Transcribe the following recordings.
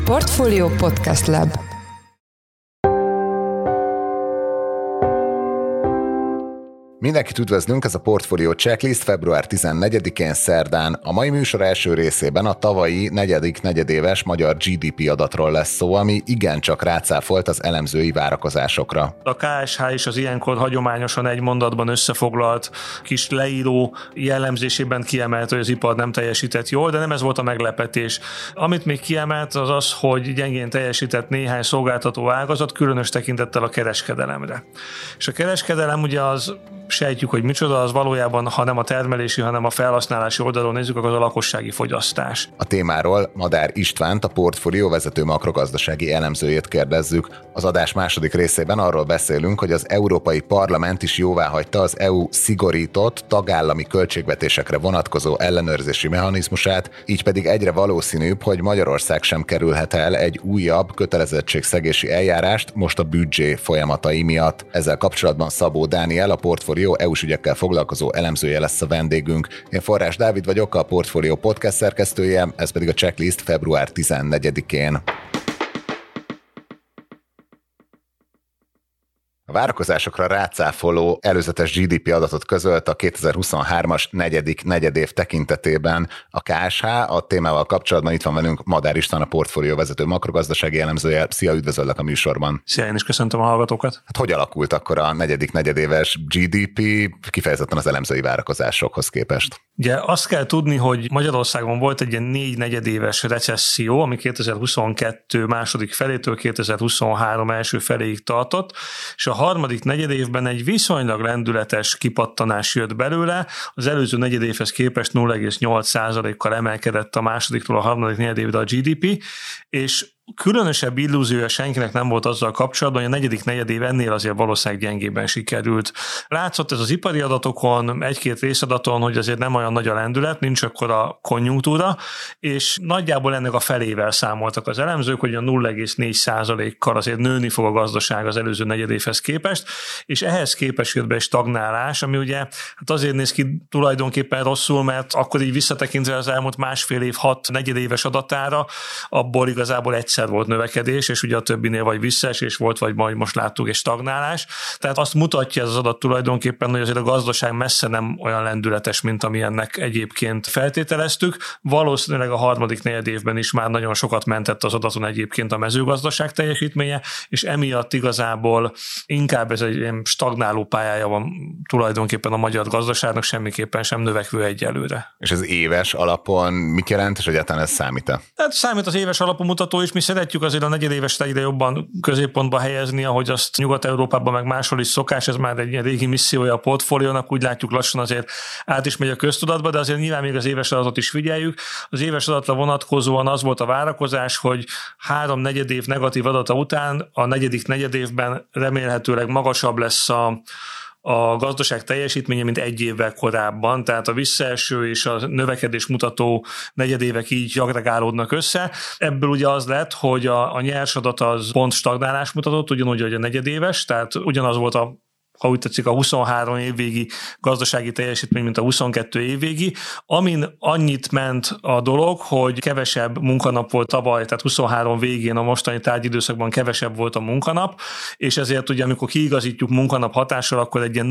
Portfolio Podcast Lab. Mindenkit üdvözlünk, ez a Portfolio Checklist február 14-én szerdán. A mai műsor első részében a tavalyi negyedik negyedéves magyar GDP adatról lesz szó, ami igencsak rácáfolt az elemzői várakozásokra. A KSH is az ilyenkor hagyományosan egy mondatban összefoglalt kis leíró jellemzésében kiemelt, hogy az ipar nem teljesített jól, de nem ez volt a meglepetés. Amit még kiemelt az az, hogy gyengén teljesített néhány szolgáltató ágazat, különös tekintettel a kereskedelemre. És a kereskedelem ugye az sejtjük, hogy micsoda, az valójában, ha nem a termelési, hanem a felhasználási oldalon nézzük, akkor az a lakossági fogyasztás. A témáról Madár Istvánt, a Portfolio vezető makrogazdasági elemzőjét kérdezzük. Az adás második részében arról beszélünk, hogy az Európai Parlament is jóváhagyta az EU szigorított tagállami költségvetésekre vonatkozó ellenőrzési mechanizmusát, így pedig egyre valószínűbb, hogy Magyarország sem kerülhet el egy újabb kötelezettségszegési eljárást most a büdzsé folyamatai miatt. Ezzel kapcsolatban Szabó Dániel, a Portfolio EU-s ügyekkel foglalkozó elemzője lesz a vendégünk. Én Forrás Dávid vagyok, a Portfolio podcast szerkesztője, ez pedig a checklist február 14-én. A várakozásokra rácáfoló előzetes GDP adatot közölt a 2023-as negyedik negyedév tekintetében a KSH. A témával kapcsolatban itt van velünk Madár István, a Portfolio vezető makrogazdasági elemzője. Szia, üdvözöllek a műsorban. Szia, én is köszöntöm a hallgatókat. Hát hogy alakult akkor a negyedik negyedéves GDP kifejezetten az elemzői várakozásokhoz képest? Ugye azt kell tudni, hogy Magyarországon volt egy ilyen 4 negyedéves recesszió, ami 2022 második felétől 2023 első feléig tartott, és a harmadik negyedévben egy viszonylag lendületes kipattanás jött belőle, az előző negyedévhez képest 0,8%-kal emelkedett a másodiktól a harmadik negyedévre a GDP, és különösebb illúziója senkinek nem volt azzal kapcsolatban, hogy a negyedik negyedév ennél azért valószínűleg gyengében sikerült. Látszott ez az ipari adatokon, egy-két részadaton, hogy azért nem olyan nagy a lendület, nincs akkora konjunktúra, és nagyjából ennek a felével számoltak az elemzők, hogy a 0,4%-kal azért nőni fog a gazdaság az előző negyedévhez képest, és ehhez képest jött be egy stagnálás, ami ugye hát azért néz ki tulajdonképpen rosszul, mert akkor így visszatekintve az elmúlt másfél év 6 negyedéves adatára, abból igazából egyszer volt növekedés, és ugye a többinél vagy visszaesés volt, vagy majd most láttuk egy stagnálás. Tehát azt mutatja ez az adat tulajdonképpen, hogy azért a gazdaság messze nem olyan lendületes, mint amilyennek egyébként feltételeztük. Valószínűleg a harmadik negyedévben is már nagyon sokat mentett az adaton egyébként a mezőgazdaság teljesítménye, és emiatt igazából inkább ez egy ilyen stagnáló pályája van tulajdonképpen a magyar gazdaságnak, semmiképpen sem növekvő egyelőre. És az éves alapon mit jelent, és egyáltalán ez számít-e? Hát számít az éves alapú mutató is, mi szeretjük azért a negyedéves egyre jobban középpontba helyezni, ahogy azt Nyugat-Európában meg máshol is szokás, ez már egy régi missziója a portfóliónak, úgy látjuk lassan azért át is megy a köztudatba, de azért nyilván még az éves adatot is figyeljük. Az éves adatra vonatkozóan az volt a várakozás, hogy 3 negyedév negatív adata után a negyedik negyedévben remélhetőleg magasabb lesz a gazdaság teljesítménye, mint egy évvel korábban, tehát a visszaeső és a növekedés mutató negyedévek így agregálódnak össze. Ebből ugye az lett, hogy a nyers adat az pont stagnálás mutatott, ugyanúgy, hogy a negyedéves, tehát ugyanaz volt ha úgy tetszik, a 23 évvégi gazdasági teljesítmény, mint a 22 évvégi, amin annyit ment a dolog, hogy kevesebb munkanap volt tavaly, tehát 23 végén a mostani tárgyidőszakban kevesebb volt a munkanap, és ezért ugye, amikor kiigazítjuk munkanap hatással, akkor egy ilyen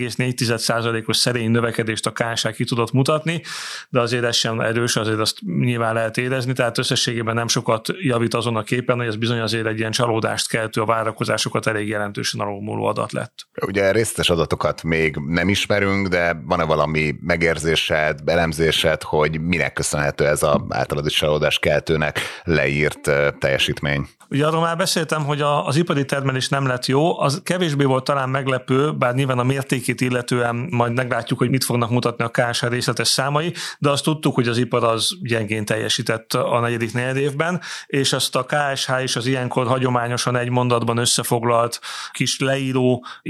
0,4%-os szerény növekedést a KSH ki tudott mutatni, de azért ez sem erős, azért azt nyilván lehet érezni, tehát összességében nem sokat javít azon a képen, hogy ez bizony azért egy ilyen csalódást keltő, a várakozásokat elég jelentősen alulmúló adat lett. Ugye részletes adatokat még nem ismerünk, de van-e valami megérzésed, elemzésed, hogy minek köszönhető ez az általad is csalódást keltőnek leírt teljesítmény? Ugye arról már beszéltem, hogy az ipari termelés nem lett jó, az kevésbé volt talán meglepő, bár nyilván a mértékét illetően majd meglátjuk, hogy mit fognak mutatni a KSH részletes számai, de azt tudtuk, hogy az ipar az gyengén teljesített a negyedik negyedévben, és azt a KSH is az ilyenkor hagyományosan egy mondatban összefoglalt kis leíró jellemzés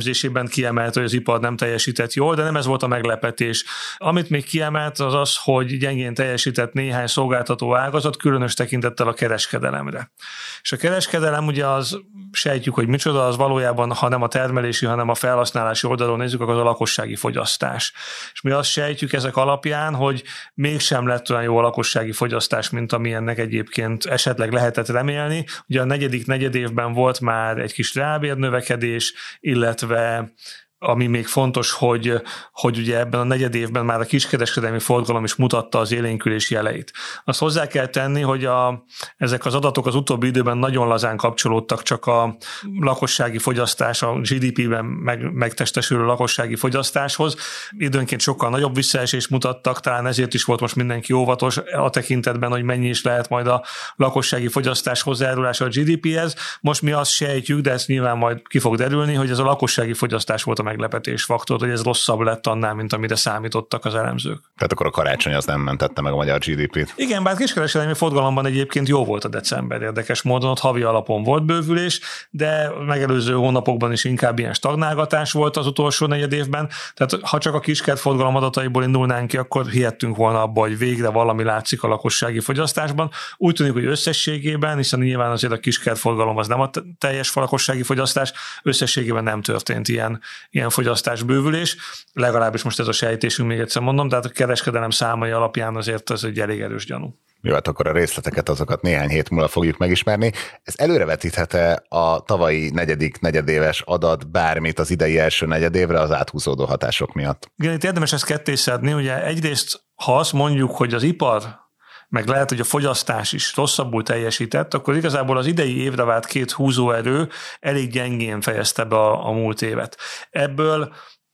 elemzésében kiemelt, hogy az ipar nem teljesített jól, de nem ez volt a meglepetés. Amit még kiemelt az az, hogy gyengén teljesített néhány szolgáltató ágazat, különös tekintettel a kereskedelemre. És a kereskedelem ugye az, sejtjük, hogy micsoda, az valójában, ha nem a termelési, hanem a felhasználási oldalon nézzük, akkor az a lakossági fogyasztás. És mi azt sejtjük ezek alapján, hogy mégsem lett olyan jó a lakossági fogyasztás, mint amilyennek egyébként esetleg lehetett remélni. Ugye a negyedik negyedévben volt már egy kis reálbérnövekedés, illetve ami még fontos, hogy ugye ebben a negyedévben már a kiskereskedelmi forgalom is mutatta az élénkülés jeleit. Azt hozzá kell tenni, hogy ezek az adatok az utóbbi időben nagyon lazán kapcsolódtak csak a lakossági fogyasztás, a GDP-ben megtestesülő lakossági fogyasztáshoz. Időnként sokkal nagyobb visszaesést mutattak, talán ezért is volt most mindenki óvatos a tekintetben, hogy mennyi is lehet majd a lakossági fogyasztás hozzájárulása a GDP-hez. Most mi azt sejtjük, de ezt nyilván majd ki fog derülni, hogy ez a lakossági fogyasztás volt a meglepetés faktor, hogy ez rosszabb lett annál, mint amire számítottak az elemzők. Tehát akkor a karácsony az nem mentette meg a magyar GDP-t. Igen, bár kiskereskedelmi forgalomban egyébként jó volt a december, érdekes módon, ott havi alapon volt bővülés, de megelőző hónapokban is inkább ilyen stagnálgatás volt az utolsó negyed évben. Tehát ha csak a kiskert forgalom adataiból indulnánk ki, akkor hihettünk volna abba, hogy végre valami látszik a lakossági fogyasztásban. Úgy tűnik, hogy összességében, hiszen nyilván azért a kiskert forgalom az nem a teljes lakossági fogyasztás, összességében nem történt ilyen fogyasztásbővülés, legalábbis most ez a sejtésünk, még egyszer mondom, tehát a kereskedelem számai alapján azért ez egy elég erős gyanú. Jó, hát akkor a részleteket, azokat néhány hét múlva fogjuk megismerni. Ez előrevetíthet-e a tavalyi negyedéves adat bármit az idei első negyedévre az áthúzódó hatások miatt? Igen, itt érdemes ezt kettészedni. Ugye egyrészt, ha azt mondjuk, hogy az ipar meg lehet, hogy a fogyasztás is rosszabbul teljesített, akkor igazából az idei évre vált két húzóerő elég gyengén fejezte be a múlt évet. Ebből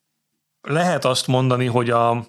lehet azt mondani, hogy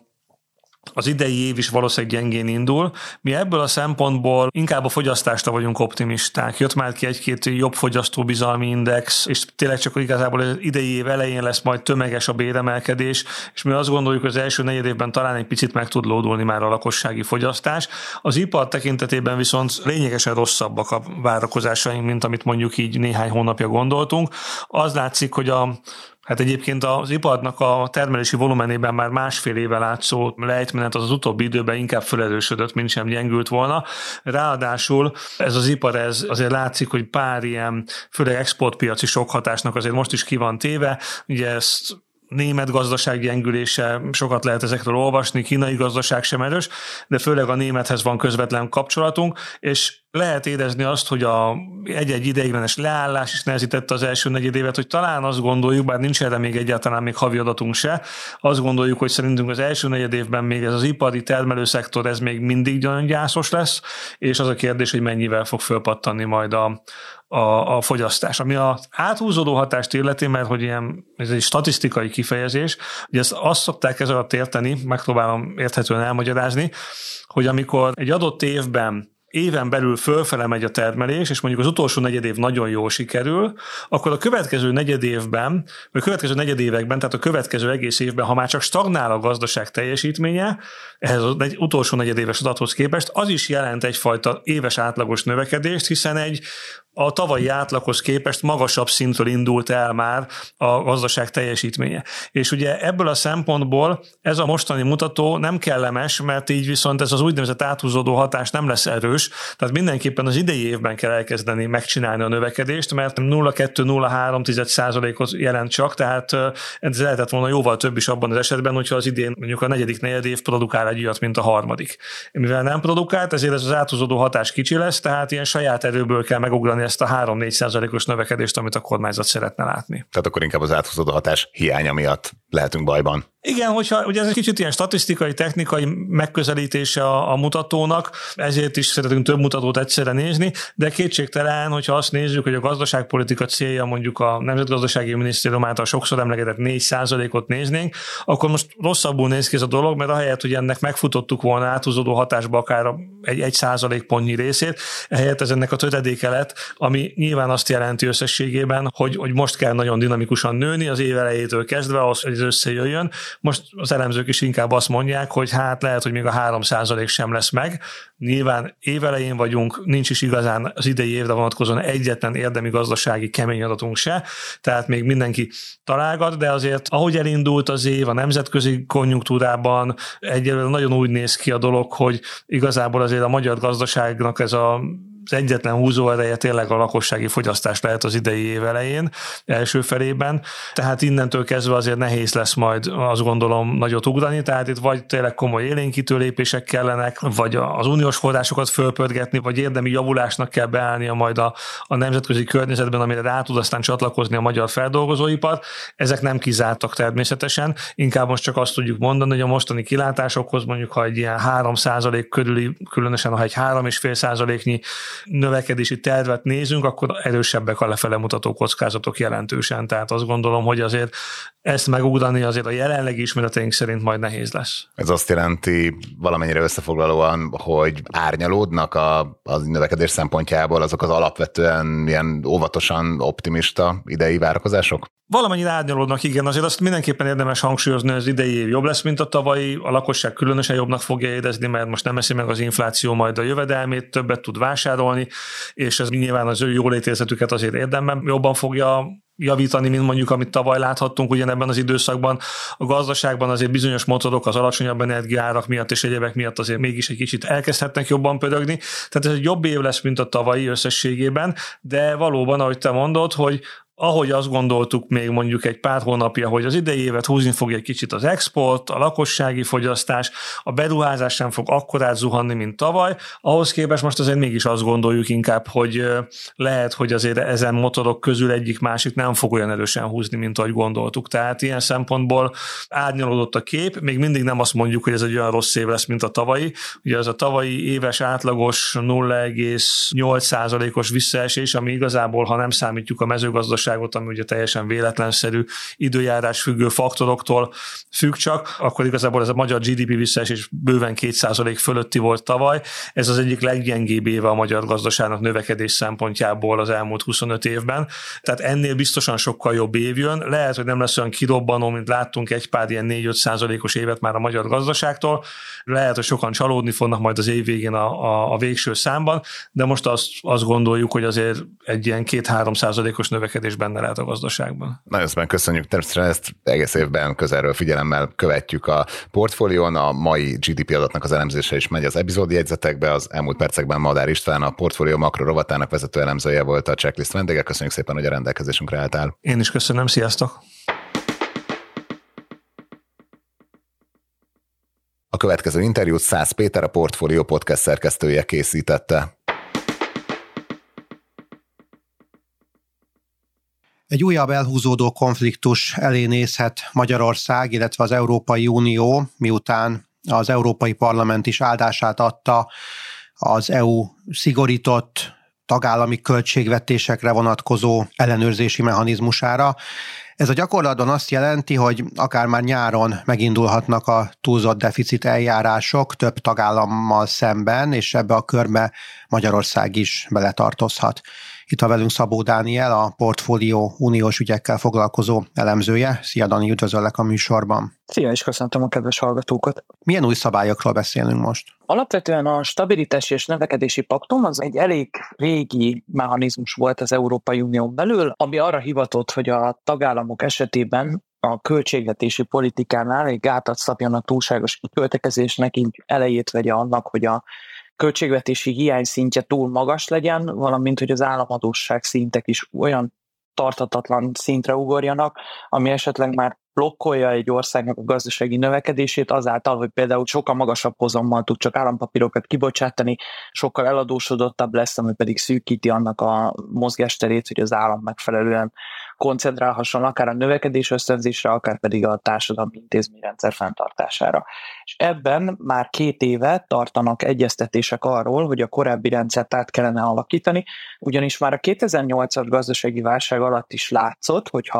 az idei év is valószínűleg gyengén indul. Mi ebből a szempontból inkább a fogyasztásra vagyunk optimisták. Jött már ki egy-két jobb fogyasztóbizalmi index, és tényleg csak igazából az idei év elején lesz majd tömeges a béremelkedés, és mi azt gondoljuk, hogy az első negyedévben talán egy picit meg tud lódulni már a lakossági fogyasztás. Az ipar tekintetében viszont lényegesen rosszabbak a várakozásaink, mint amit mondjuk így néhány hónapja gondoltunk. Az látszik, hogy hát egyébként az iparnak a termelési volumenében már másfél éve látszó lejtmenet az utóbbi időben inkább felerősödött, mint sem gyengült volna. Ráadásul ez az ipar, ez azért látszik, hogy pár ilyen, főleg exportpiaci sokhatásnak azért most is ki van téve. Ugye ezt német gazdaság gyengülése, sokat lehet ezekről olvasni, kínai gazdaság sem erős, de főleg a némethez van közvetlen kapcsolatunk, és lehet érezni azt, hogy egy-egy ideiglenes leállás is nehezítette az első negyedévet, hogy talán azt gondoljuk, bár nincs erre még egyáltalán még havi adatunk se, azt gondoljuk, hogy szerintünk az első negyedévben még ez az ipari termelőszektor, ez még mindig nagyon gyászos lesz, és az a kérdés, hogy mennyivel fog fölpattanni majd a fogyasztás. Ami az áthúzódó hatást illeti, mert hogy ez egy statisztikai kifejezés, hogy ezt azt szokták ez alatt érteni, megpróbálom érthetően elmagyarázni, hogy amikor egy adott éven belül fölfele megy a termelés, és mondjuk az utolsó negyedév nagyon jól sikerül, akkor a következő negyedévben, vagy a következő negyedévekben, tehát a következő egész évben, ha már csak stagnál a gazdaság teljesítménye, ehhez az utolsó negyedéves adathoz képest, az is jelent egyfajta éves átlagos növekedést, hiszen a tavalyi átlaghoz képest magasabb szintről indult el már a gazdaság teljesítménye. És ugye ebből a szempontból ez a mostani mutató nem kellemes, mert így viszont ez az úgynevezett áthúzódó hatás nem lesz erős, tehát mindenképpen az idei évben kell elkezdeni megcsinálni a növekedést, mert 0,2-0,3%-ot jelent csak, tehát ez lehetett volna jóval több is abban az esetben, hogyha az idén mondjuk a negyedik negyedév produkál egy ilyet, mint a harmadik. Mivel nem produkált, ezért ez az áthúzódó hatás kicsi lesz, tehát ilyen saját erőből kell megugrani ezt a 3-4%-os növekedést, amit a kormányzat szeretne látni. Tehát akkor inkább az áthúzódó hatás hiánya miatt lehetünk bajban. Igen, ugye ez egy kicsit ilyen statisztikai, technikai megközelítése a mutatónak, ezért is szeretünk több mutatót egyszerre nézni, de kétségtelen, hogyha azt nézzük, hogy a gazdaságpolitika célja mondjuk a Nemzetgazdasági Minisztérium által sokszor emlegetett 4%-ot néznénk, akkor most rosszabbul néz ki ez a dolog, mert ahelyett, hogy ennek megfutottuk volna áthúzódó hatásba akár egy 1%-pontnyi részét, ehelyett ez ennek a töredéke lett, ami nyilván azt jelenti összességében, hogy most kell nagyon dinamikusan nőni az év elejétől kezdve, ahhoz, hogy ez összejöjjön. Most az elemzők is inkább azt mondják, hogy hát lehet, hogy még a 3% sem lesz meg. Nyilván évelején vagyunk, nincs is igazán az idei évre vonatkozóan egyetlen érdemi gazdasági kemény adatunk se, tehát még mindenki találgat, de azért ahogy elindult az év a nemzetközi konjunktúrában, egyelőre nagyon úgy néz ki a dolog, hogy igazából azért a magyar gazdaságnak ez az egyetlen húzóereje tényleg a lakossági fogyasztás lehet az idei év elején, első felében, tehát innentől kezdve azért nehéz lesz majd, azt gondolom, nagyot ugrani, tehát itt vagy tényleg komoly élénkítő lépések kellenek, vagy az uniós forrásokat fölpörgetni, vagy érdemi javulásnak kell beállnia majd a nemzetközi környezetben, amire rá tud aztán csatlakozni a magyar feldolgozóipar. Ezek nem kizártak természetesen, inkább most csak azt tudjuk mondani, hogy a mostani kilátásokhoz mondjuk, ha egy ilyen 3% körüli, különösen ha egy 3,5%-nyi növekedési tervet nézünk, akkor erősebbek a lefele mutató kockázatok jelentősen. Tehát azt gondolom, hogy azért ezt megugrani azért a jelenlegi ismereteink szerint majd nehéz lesz. Ez azt jelenti valamennyire összefoglalóan, hogy árnyalódnak a növekedés szempontjából azok az alapvetően ilyen óvatosan optimista idei várakozások? Valamennyire árnyalódnak, igen, azért azt mindenképpen érdemes hangsúlyozni, hogy az idei év jobb lesz, mint a tavalyi, a lakosság különösen jobbnak fogja érezni, mert most nem eszi meg az infláció majd a jövedelmét, többet tud vásárolni, és ez nyilván az ő jólétérzetüket azért érdemben jobban fogja javítani, mint mondjuk, amit tavaly láthattunk ugyanebben az időszakban. A gazdaságban azért bizonyos motorok az alacsonyabb energiaárak miatt és egyebek miatt azért mégis egy kicsit elkezdhetnek jobban pörögni. Tehát ez egy jobb év lesz, mint a tavalyi összességében, de valóban, ahogy te mondod, hogy ahogy azt gondoltuk még mondjuk egy pár hónapja, hogy az idei évet húzni fog egy kicsit az export, a lakossági fogyasztás, a beruházás sem fog akkorát zuhanni, mint tavaly, ahhoz képest most azért mégis azt gondoljuk inkább, hogy lehet, hogy azért ezen motorok közül egyik-másik nem fog olyan erősen húzni, mint ahogy gondoltuk. Tehát ilyen szempontból árnyalódott a kép, még mindig nem azt mondjuk, hogy ez egy olyan rossz év lesz, mint a tavalyi. Ugye az a tavalyi éves átlagos 0,8%-os visszaesés, ami igazából, ha nem számítjuk a mezőgazdaságot, ami ugye teljesen véletlenszerű időjárás függő faktoroktól függ csak, akkor igazából ez a magyar GDP visszaesés bőven 2% fölötti volt tavaly. Ez az egyik leggyengébb éve a magyar gazdaságnak növekedés szempontjából az elmúlt 25 évben. Tehát ennél biztosan sokkal jobb év jön. Lehet, hogy nem lesz olyan kirobbanó, mint láttunk egy pár ilyen 4-5%-os évet már a magyar gazdaságtól. Lehet, hogy sokan csalódni fognak majd az év végén a végső számban, de most azt gondoljuk, hogy azért egy ilyen 2-3%-os növekedés benne lehet a gazdaságban. Nagyon szépen köszönjük, természetesen ezt egész évben közelről figyelemmel követjük a portfólión, a mai GDP adatnak az elemzése is megy az epizódjegyzetekbe, az elmúlt percekben Madár István, a portfólió makro rovatának vezető elemzője volt a Checklist vendége. Köszönjük szépen, hogy a rendelkezésünkre álltál. Én is köszönöm, sziasztok! A következő interjút Szász Péter, a Portfólió podcast szerkesztője készítette. Egy újabb elhúzódó konfliktus elé nézhet Magyarország, illetve az Európai Unió, miután az Európai Parlament is áldását adta az EU szigorított tagállami költségvetésekre vonatkozó ellenőrzési mechanizmusára. Ez a gyakorlatban azt jelenti, hogy akár már nyáron megindulhatnak a túlzott deficit eljárások több tagállammal szemben, és ebbe a körbe Magyarország is beletartozhat. Itt van velünk Szabó Dániel, a Portfólió uniós ügyekkel foglalkozó elemzője. Szia Dani, üdvözöllek a műsorban. Szia, és köszöntöm a kedves hallgatókat. Milyen új szabályokról beszélünk most? Alapvetően a stabilitási és növekedési paktum az egy elég régi mechanizmus volt az Európai Unión belül, ami arra hivatott, hogy a tagállamok esetében a költségvetési politikánál egy gátat szabjanak túlságos költekezésnek, így elejét vegye annak, hogy a költségvetési hiány szintje túl magas legyen, valamint hogy az államadósság szintek is olyan tarthatatlan szintre ugorjanak, ami esetleg már blokkolja egy országnak a gazdasági növekedését azáltal, hogy például sokkal magasabb hozammal tud csak állampapírokat kibocsátani, sokkal eladósodottabb lesz, ami pedig szűkíti annak a mozgásterét, hogy az állam megfelelően koncentrálhasson akár a növekedés ösztönzésre, akár pedig a társadalmi intézményrendszer fenntartására. És ebben már 2 éve tartanak egyeztetések arról, hogy a korábbi rendszert át kellene alakítani, ugyanis már a 2008-as gazdasági válság alatt is látszott, hogyha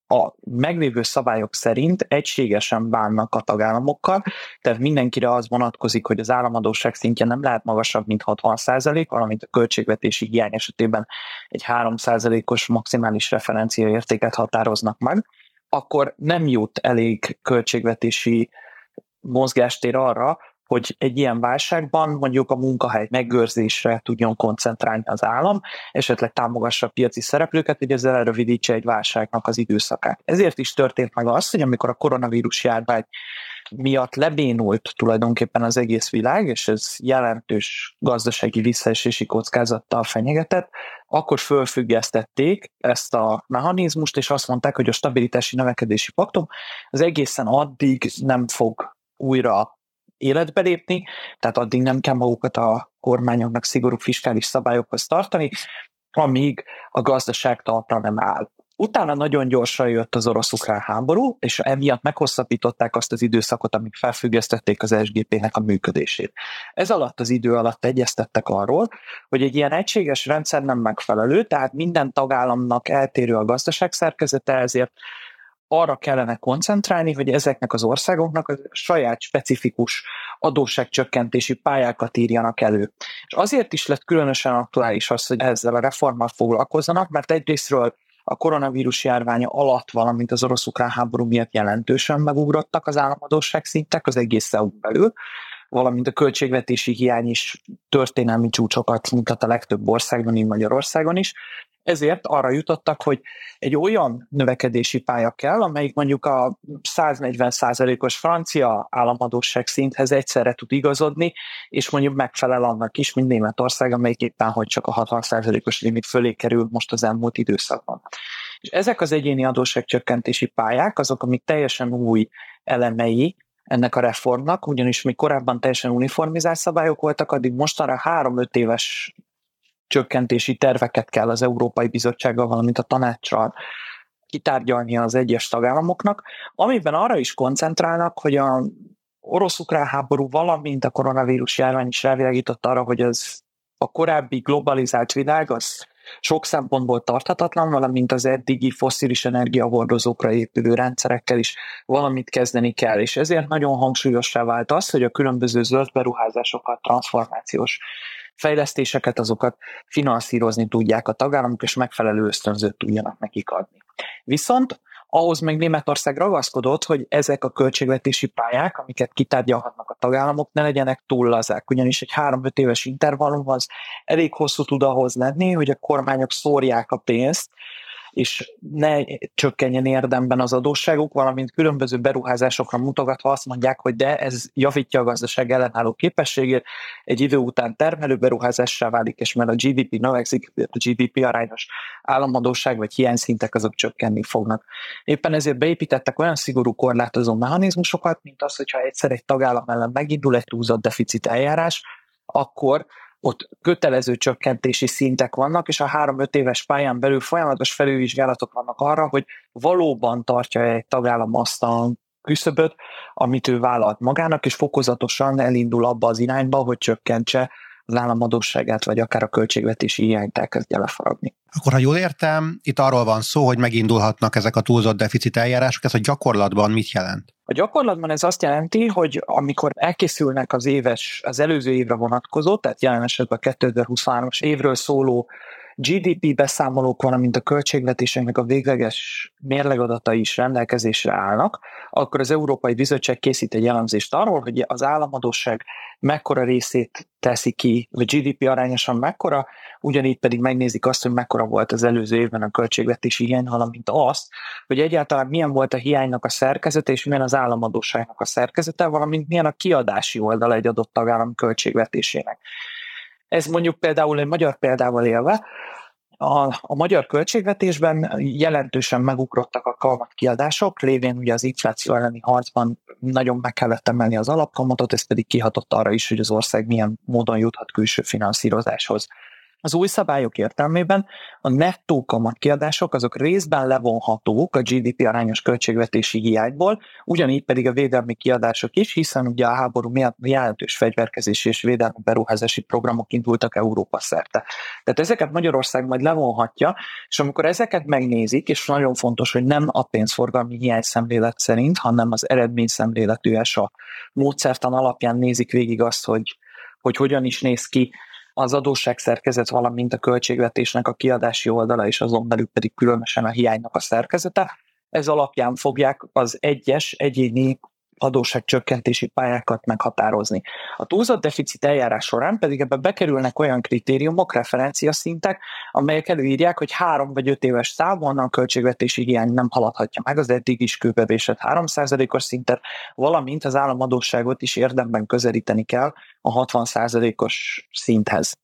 a meglévő szabályok szerint egységesen bánnak a tagállamokkal, tehát mindenkire az vonatkozik, hogy az államadósság szintje nem lehet magasabb, mint 60%, valamint a költségvetési hiány esetében egy 3%-os maximális referenciaértéket határoznak meg, akkor nem jut elég költségvetési mozgástér arra, hogy egy ilyen válságban mondjuk a munkahely megőrzésre tudjon koncentrálni az állam, esetleg támogassa a piaci szereplőket, hogy ezzel elrövidítse egy válságnak az időszakát. Ezért is történt meg az, hogy amikor a koronavírus járvány miatt lebénult tulajdonképpen az egész világ, és ez jelentős gazdasági visszaesési kockázattal fenyegetett, akkor fölfüggesztették ezt a mechanizmust, és azt mondták, hogy a stabilitási növekedési paktum az egészen addig nem fog újra életbe lépni, tehát addig nem kell magukat a kormányoknak szigorú fiskális szabályokhoz tartani, amíg a gazdaság talpra nem áll. Utána nagyon gyorsan jött az orosz-ukrán háború, és emiatt meghosszabbították azt az időszakot, amíg felfüggesztették az SGP-nek a működését. Ez alatt az idő alatt egyeztettek arról, hogy egy ilyen egységes rendszer nem megfelelő, tehát minden tagállamnak eltérő a gazdaságszerkezete, ezért arra kellene koncentrálni, hogy ezeknek az országoknak a saját specifikus adósságcsökkentési pályákat írjanak elő. És azért is lett különösen aktuális az, hogy ezzel a reformmal foglalkozzanak, mert egyrésztről a koronavírus járványa alatt, valamint az orosz-ukrán háború miatt jelentősen megugrottak az államadósság szintek az egész EU-n belül, valamint a költségvetési hiány is történelmi csúcsokat mutat a legtöbb országban, így Magyarországon is. Ezért arra jutottak, hogy egy olyan növekedési pálya kell, amelyik mondjuk a 140%-os francia államadósság szinthez egyszerre tud igazodni, és mondjuk megfelel annak is, mint Németország, amelyik éppen hogy csak a 60%-os limit fölé kerül most az elmúlt időszakban. És ezek az egyéni adósságcsökkentési pályák azok, amik teljesen új elemei ennek a reformnak, ugyanis még korábban teljesen uniformizált szabályok voltak, addig mostanra 3-5 éves csökkentési terveket kell az Európai Bizottsággal, valamint a tanácssal kitárgyalnia az egyes tagállamoknak, amiben arra is koncentrálnak, hogy a orosz-ukrán háború, valamint a koronavírus járvány is rávilágított arra, hogy az a korábbi globalizált világ az sok szempontból tarthatatlan, valamint az eddigi fosszilis energiahordozókra épülő rendszerekkel is valamit kezdeni kell, és ezért nagyon hangsúlyossá vált az, hogy a különböző zöld beruházásokat, transformációs fejlesztéseket, azokat finanszírozni tudják a tagállamok, és megfelelő ösztönzőt tudjanak nekik adni. Viszont ahhoz meg Németország ragaszkodott, hogy ezek a költségvetési pályák, amiket kitárgyalhatnak a tagállamok, ne legyenek túl lazák, ugyanis egy 3-5 éves intervallum az elég hosszú tud ahhoz lenni, hogy a kormányok szórják a pénzt, és ne csökkenjen érdemben az adósságuk, valamint különböző beruházásokra mutogatva azt mondják, hogy de ez javítja a gazdaság ellenálló képességét, egy idő után termelő beruházássá válik, és mert a GDP növekszik, a GDP arányos államadósság vagy hiányszintek azok csökkenni fognak. Éppen ezért beépítettek olyan szigorú korlátozó mechanizmusokat, mint az, hogyha egyszer egy tagállam ellen megindul egy túlzott deficit eljárás, akkor ott kötelező csökkentési szintek vannak, és a 3-5 éves pályán belül folyamatos felülvizsgálatok vannak arra, hogy valóban tartja egy tagállam azt a küszöböt, amit ő vállalt magának, és fokozatosan elindul abba az irányba, hogy csökkentse az államadósságát, vagy akár a költségvetési hiányt elkezdje lefaragni. Akkor, ha jól értem, itt arról van szó, hogy megindulhatnak ezek a túlzott deficit eljárások, ez a gyakorlatban mit jelent? A gyakorlatban ez azt jelenti, hogy amikor elkészülnek az előző évre vonatkozó, tehát jelen esetben a 2023-as évről szóló GDP beszámolók, valamint a költségvetéseknek a végleges mérlegadatai is rendelkezésre állnak, akkor az Európai Bizottság készít egy elemzést arról, hogy az államadósság mekkora részét teszi ki, vagy GDP arányosan mekkora, ugyanígy pedig megnézik azt, hogy mekkora volt az előző évben a költségvetési hiány, valamint azt, hogy egyáltalán milyen volt a hiánynak a szerkezete, és milyen az államadósságnak a szerkezete, valamint milyen a kiadási oldala egy adott tagállam költségvetésének. Ez mondjuk például egy magyar példával élve, a magyar költségvetésben jelentősen megugrottak a kamatkiadások, lévén ugye az infláció elleni harcban nagyon meg kellett emelni az alapkamatot, ez pedig kihatott arra is, hogy az ország milyen módon juthat külső finanszírozáshoz. Az új szabályok értelmében a nettó kamatkiadások azok részben levonhatók a GDP arányos költségvetési hiányból, ugyanígy pedig a védelmi kiadások is, hiszen ugye a háború miatt jelentős fegyverkezési és védelmi beruházási programok indultak Európa szerte. Tehát ezeket Magyarország majd levonhatja, és amikor ezeket megnézik, és nagyon fontos, hogy nem a pénzforgalmi hiányszemlélet szerint, hanem az eredményszemléletűes a módszertan alapján nézik végig azt, hogy hogyan is néz ki az adósságszerkezet, valamint a költségvetésnek a kiadási oldala, és azon belül pedig különösen a hiánynak a szerkezete. Ez alapján fogják az egyes egyéni adósságcsökkentési pályákat meghatározni. A túlzott deficit eljárás során pedig ebbe bekerülnek olyan kritériumok, referenciaszintek, amelyek előírják, hogy 3 vagy 5 éves távon a költségvetési hiány nem haladhatja meg az eddig is kőbevésett 3%-os szintet, valamint az államadósságot is érdemben közelíteni kell a 60%-os szinthez.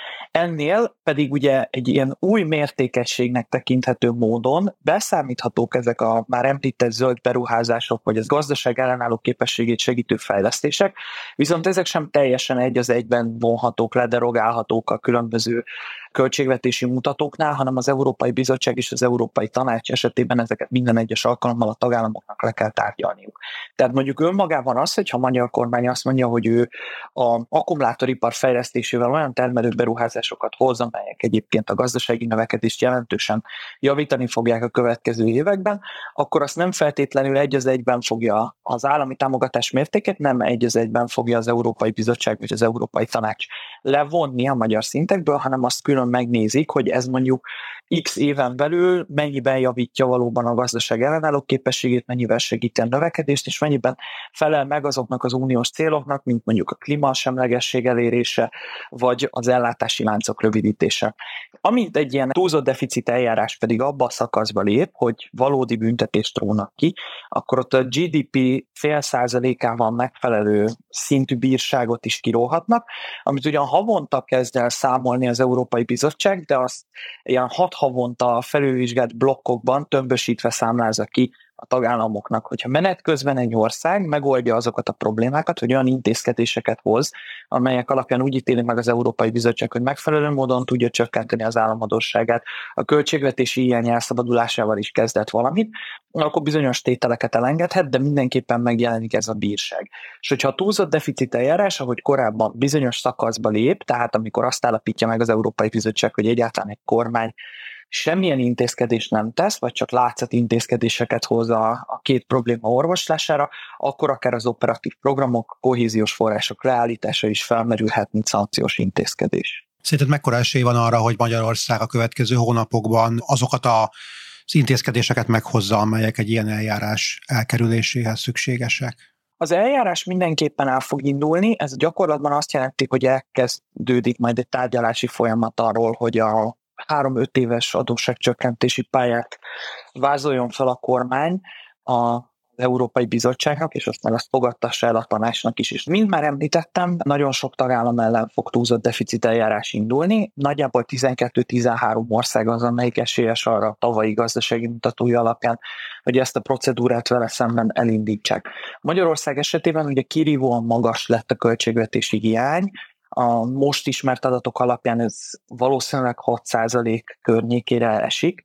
Ennél pedig ugye egy ilyen új mértékegységnek tekinthető módon beszámíthatók ezek a már említett zöld beruházások, vagy az gazdaság ellenálló képességét segítő fejlesztések, viszont ezek sem teljesen egy az egyben vonhatók le, derogálhatók a különböző költségvetési mutatóknál, hanem az Európai Bizottság és az Európai Tanács esetében ezeket minden egyes alkalommal a tagállamoknak le kell tárgyalniuk. Tehát mondjuk önmagában az, hogyha a magyar kormány azt mondja, hogy ő az akkumulátoripar fejlesztésével olyan termelő beruházásokat hoz, amelyek egyébként a gazdasági növekedést jelentősen javítani fogják a következő években, akkor azt nem feltétlenül egy az egyben fogja az állami támogatás mértéket, nem egy az egyben fogja az Európai Bizottság vagy az Európai Tanács levonni a magyar szintekből, hanem azt külön megnézik, hogy ez mondjuk X éven belül mennyiben javítja valóban a gazdaság ellenálló képességét, mennyivel segíti a növekedést, és mennyiben felel meg azoknak az uniós céloknak, mint mondjuk a klímasemlegesség elérése, vagy az ellátási láncok rövidítése. Amint egy ilyen túlzott deficit eljárás pedig abba a szakaszba lép, hogy valódi büntetést rónak ki, akkor ott a GDP 0,5%-ával megfelelő szintű bírságot is kiróhatnak, amit ugyan havonta kezd el számolni az Európai Bizottság, de azt ilyen 6 havonta felülvizsgált blokkokban tömbösítve számlázza ki a tagállamoknak, hogyha menet közben egy ország megoldja azokat a problémákat, hogy olyan intézkedéseket hoz, amelyek alapján úgy ítéli meg az Európai Bizottság, hogy megfelelő módon tudja csökkenteni az államadósságát, a költségvetési hiány elszabadulásával is kezdett valamit, akkor bizonyos tételeket elengedhet, de mindenképpen megjelenik ez a bírság. És hogyha a túlzott deficit eljárás, ahogy korábban bizonyos szakaszba lép, tehát amikor azt állapítja meg az Európai Bizottság, hogy egyáltalán egy kormány semmilyen intézkedést nem tesz, vagy csak látszat intézkedéseket hoz a két probléma orvoslására, akkor akár az operatív programok, kohéziós források leállítása is felmerülhet, mint szankciós intézkedés. Szerinted mekkora esély van arra, hogy Magyarország a következő hónapokban azokat az intézkedéseket meghozza, amelyek egy ilyen eljárás elkerüléséhez szükségesek? Az eljárás mindenképpen el fog indulni, ez gyakorlatban azt jelenti, hogy elkezdődik majd egy tárgyalási folyamat arról, hogy a 3-5 éves adósságcsökkentési pályát vázoljon fel a kormány az Európai Bizottságnak, és aztán azt fogadtassa el a tanácsnak is. És mint már említettem, nagyon sok tagállam ellen fog túlzott deficit eljárás indulni. Nagyjából 12-13 ország az, amelyik esélyes arra a tavalyi gazdasági mutatói alapján, hogy ezt a procedúrát vele szemben elindítsák. Magyarország esetében ugye kirívóan magas lett a költségvetési hiány, a most ismert adatok alapján ez valószínűleg 6% környékére esik,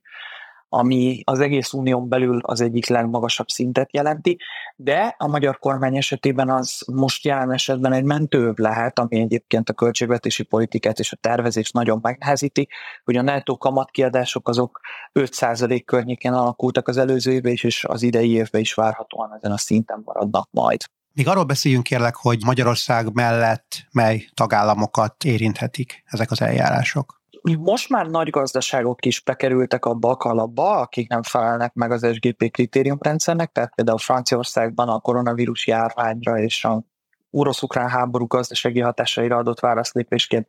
ami az egész unión belül az egyik legmagasabb szintet jelenti, de a magyar kormány esetében az most jelen esetben egy mentőöv lehet, ami egyébként a költségvetési politikát és a tervezést nagyon megnehezíti, hogy a nettó kamatkiadások azok 5% környéken alakultak az előző évben is, és az idei évben is várhatóan ezen a szinten maradnak majd. Még arról beszéljünk kérlek, hogy Magyarország mellett mely tagállamokat érinthetik ezek az eljárások. Most már nagy gazdaságok is bekerültek abba a kalapba, akik nem felelnek meg az SGP kritériumrendszernek, tehát például Franciaországban a koronavírus járványra és a orosz-ukrán háború gazdasági hatásaira adott válaszlépésként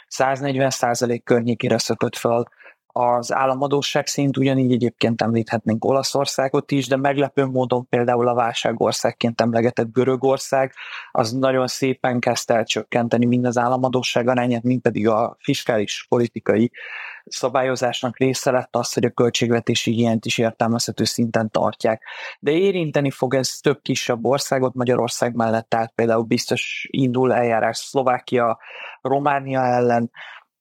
140% környékére szökött fel az államadósság szint, ugyanígy egyébként említhetnénk Olaszországot is, de meglepő módon például a válságországként emlegetett Görögország, az nagyon szépen kezdte el csökkenteni mind az államadósság arányát, mind pedig a fiskális politikai szabályozásnak része lett az, hogy a költségvetési hiányt is értelmezhető szinten tartják. De érinteni fog ez több kisebb országot, Magyarország mellett, tehát például biztos indul eljárás Szlovákia, Románia ellen,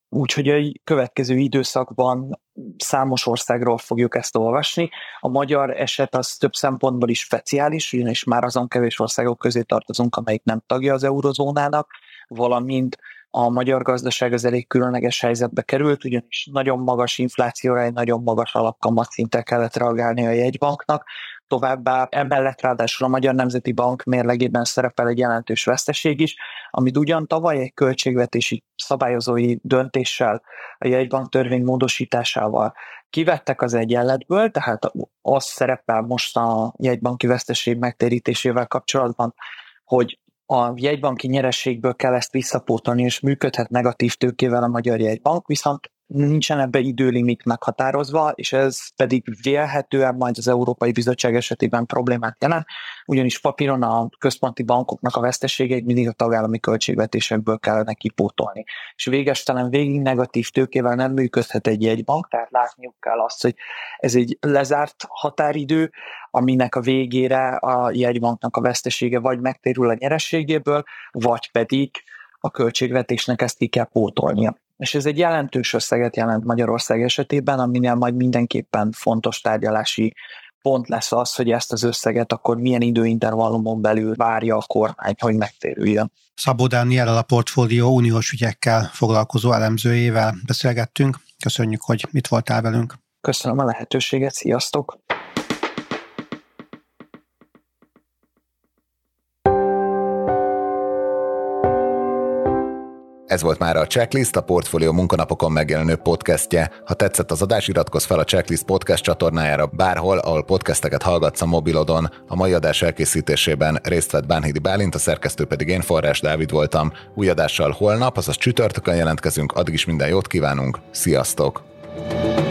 Úgyhogy a következő időszakban számos országról fogjuk ezt olvasni. A magyar eset az több szempontból is speciális, ugyanis már azon kevés országok közé tartozunk, amelyik nem tagja az eurozónának, valamint a magyar gazdaság az elég különleges helyzetbe került, ugyanis nagyon magas inflációra, egy nagyon magas alapkamatszinttel kellett reagálni a jegybanknak. Továbbá emellett ráadásul a Magyar Nemzeti Bank mérlegében szerepel egy jelentős veszteség is, amit ugyan tavaly egy költségvetési szabályozói döntéssel, a jegybank törvény módosításával kivettek az egyenletből, tehát az szerepel most a jegybanki veszteség megtérítésével kapcsolatban, hogy a jegybanki nyereségből kell ezt visszapótolni, és működhet negatív tőkével a Magyar Jegybank, viszont nincsen ebbe időlimit meghatározva, és ez pedig vélhetően majd az Európai Bizottság esetében problémát jelent, ugyanis papíron a központi bankoknak a veszteségeit mindig a tagállami költségvetésekből kellene kipótolni. És végestelen végig negatív tőkével nem működhet egy jegybank, tehát látniuk kell azt, hogy ez egy lezárt határidő, aminek a végére a jegybanknak a vesztesége vagy megtérül a nyerességéből, vagy pedig a költségvetésnek ezt ki kell pótolnia. És ez egy jelentős összeget jelent Magyarország esetében, aminél majd mindenképpen fontos tárgyalási pont lesz az, hogy ezt az összeget akkor milyen időintervallumon belül várja a kormány, hogy megtérüljön. Szabó Dániellel, a Portfólió uniós ügyekkel foglalkozó elemzőjével beszélgettünk. Köszönjük, hogy itt voltál velünk. Köszönöm a lehetőséget, sziasztok! Ez volt már a Checklist, a Portfólió munkanapokon megjelenő podcastje. Ha tetszett az adás, iratkozz fel a Checklist podcast csatornájára bárhol, ahol podcasteket hallgatsz a mobilodon. A mai adás elkészítésében részt vett Bánhidi Bálint, a szerkesztő pedig én, Forrás Dávid voltam. Új adással holnap, azaz csütörtökön jelentkezünk, addig is minden jót kívánunk, sziasztok!